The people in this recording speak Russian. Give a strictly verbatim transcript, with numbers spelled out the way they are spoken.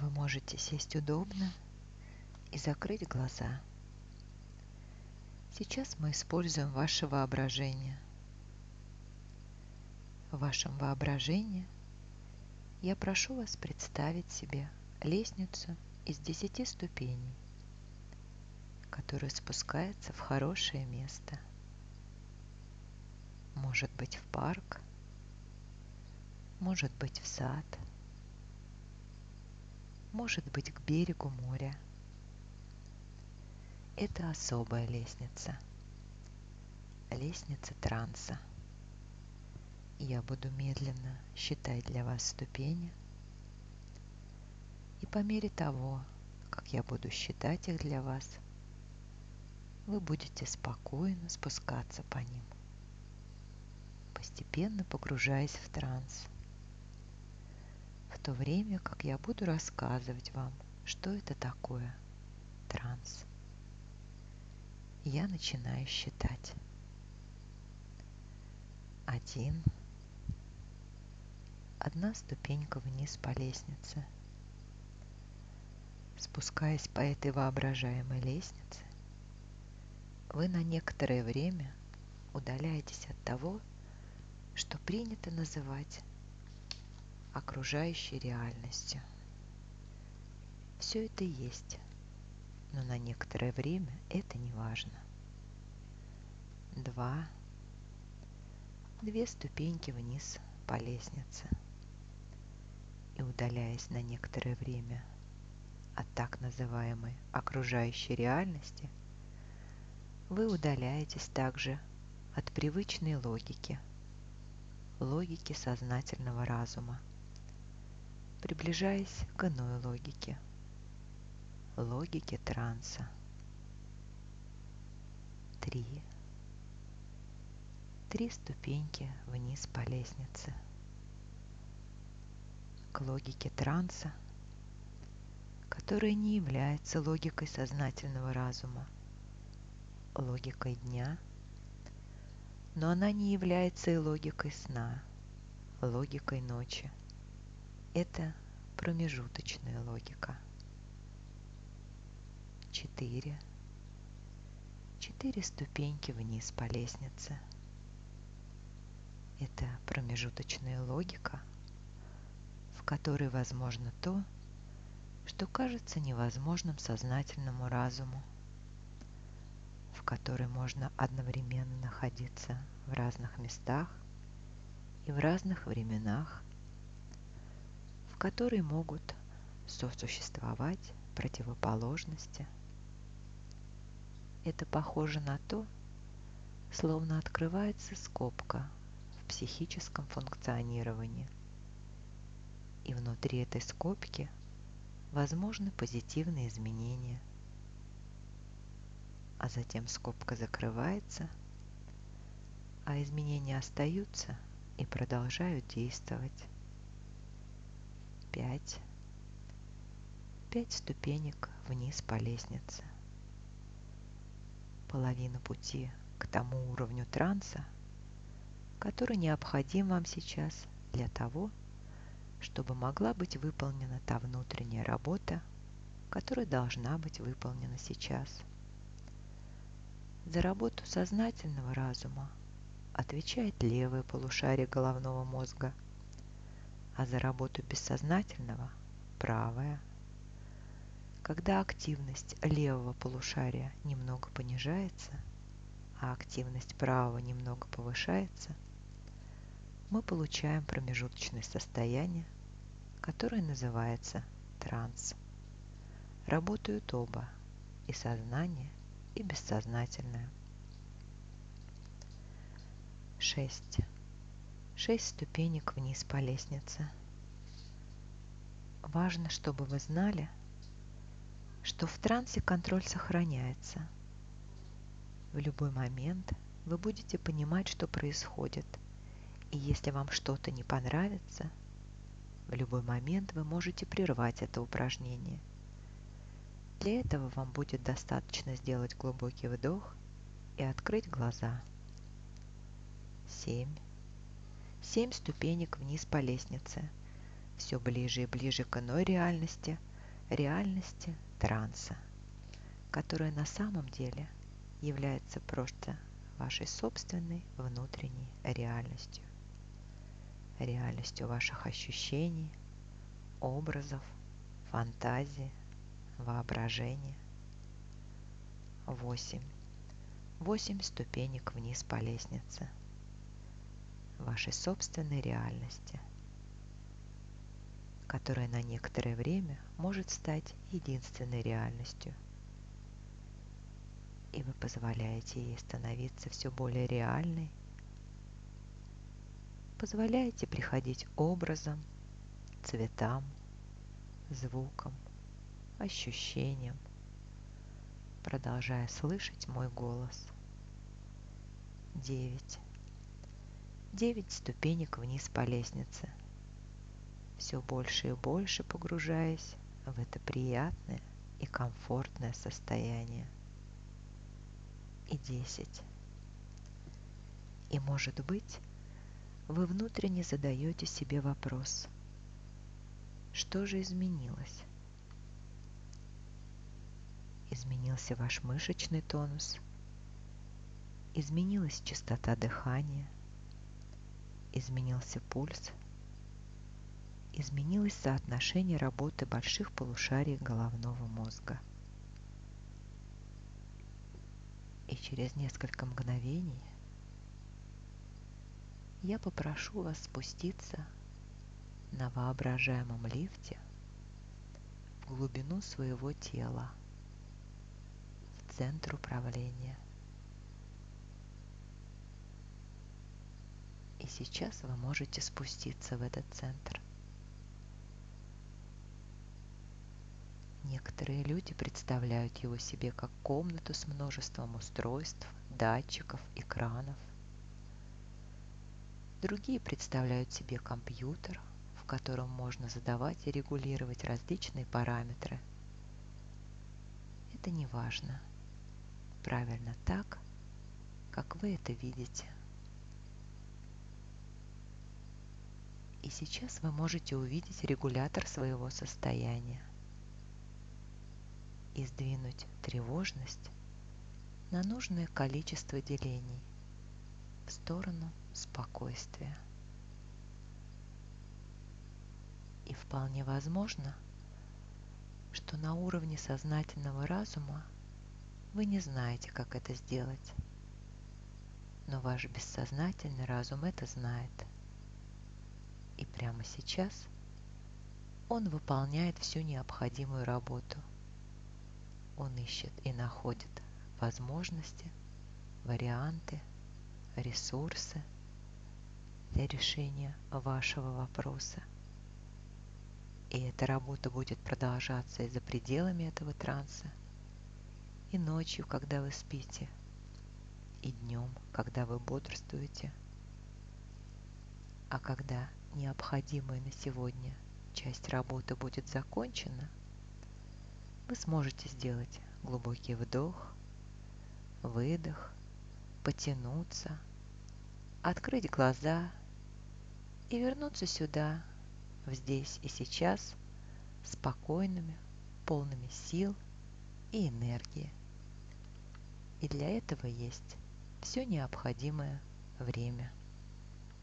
Вы можете сесть удобно и закрыть глаза. Сейчас мы используем ваше воображение. В вашем воображении я прошу вас представить себе лестницу из десяти ступеней, которая спускается в хорошее место. Может быть, в парк, может быть, в сад, может быть, к берегу моря. Это особая лестница, лестница транса. Я буду медленно считать для вас ступени, и по мере того, как я буду считать их для вас, вы будете спокойно спускаться по ним, постепенно погружаясь в транс, в то время как я буду рассказывать вам, что это такое транс. Я начинаю считать. Один. Одна ступенька вниз по лестнице. Спускаясь по этой воображаемой лестнице, вы на некоторое время удаляетесь от того, что принято называть окружающей реальностью. Все это есть, но на некоторое время это не важно. Два. Две ступеньки вниз по лестнице. И удаляясь на некоторое время от так называемой окружающей реальности, вы удаляетесь также от привычной логики, логики сознательного разума, приближаясь к иной логике, логике транса. Три. Три ступеньки вниз по лестнице. К логике транса, которая не является логикой сознательного разума, логикой дня, но она не является и логикой сна, логикой ночи. Это промежуточная логика. Четыре. Четыре ступеньки вниз по лестнице. Это промежуточная логика, в которой возможно то, что кажется невозможным сознательному разуму, в которой можно одновременно находиться в разных местах и в разных временах, в которой могут сосуществовать противоположности. Это похоже на то, словно открывается скобка в психическом функционировании, и внутри этой скобки возможны позитивные изменения, а затем скобка закрывается, а изменения остаются и продолжают действовать. Пять. Пять ступенек вниз по лестнице. Половина пути к тому уровню транса, который необходим вам сейчас для того, чтобы могла быть выполнена та внутренняя работа, которая должна быть выполнена сейчас. За работу сознательного разума отвечает левое полушарие головного мозга, а за работу бессознательного – правое. Когда активность левого полушария немного понижается, а активность правого немного повышается, мы получаем промежуточное состояние, которое называется транс. Работают оба, и сознание, и бессознательное. Шесть. Шесть ступенек вниз по лестнице. Важно, чтобы вы знали, что в трансе контроль сохраняется. В любой момент вы будете понимать, что происходит, и если вам что-то не понравится, в любой момент вы можете прервать это упражнение. Для этого вам будет достаточно сделать глубокий вдох и открыть глаза. Семь. Семь ступенек вниз по лестнице, все ближе и ближе к иной реальности, реальности транса, которая на самом деле является просто вашей собственной внутренней реальностью, реальностью ваших ощущений, образов, фантазии, воображения. Восемь. Восемь ступенек вниз по лестнице вашей собственной реальности, которая на некоторое время может стать единственной реальностью. И вы позволяете ей становиться все более реальной, позволяете приходить образом, цветам, звукам, ощущениям, продолжая слышать мой голос. Девять. Девять ступенек вниз по лестнице, все больше и больше погружаясь в это приятное и комфортное состояние. И десять. И, может быть, вы внутренне задаете себе вопрос: что же изменилось? Изменился ваш мышечный тонус, изменилась частота дыхания, изменился пульс, изменилось соотношение работы больших полушарий головного мозга. И через несколько мгновений я попрошу вас спуститься на воображаемом лифте в глубину своего тела, в центр управления. И сейчас вы можете спуститься в этот центр. Некоторые люди представляют его себе как комнату с множеством устройств, датчиков, экранов. Другие представляют себе компьютер, в котором можно задавать и регулировать различные параметры. Это не важно. Правильно так, как вы это видите. И сейчас вы можете увидеть регулятор своего состояния и сдвинуть тревожность на нужное количество делений в сторону спокойствия. И вполне возможно, что на уровне сознательного разума вы не знаете, как это сделать, но ваш бессознательный разум это знает. И прямо сейчас он выполняет всю необходимую работу. Он ищет и находит возможности, варианты, ресурсы для решения вашего вопроса. И эта работа будет продолжаться и за пределами этого транса, и ночью, когда вы спите, и днем, когда вы бодрствуете. А когда необходимая на сегодня часть работы будет закончена, вы сможете сделать глубокий вдох, выдох, потянуться, открыть глаза и вернуться сюда, в здесь и сейчас, спокойными, полными сил и энергии. И для этого есть все необходимое время.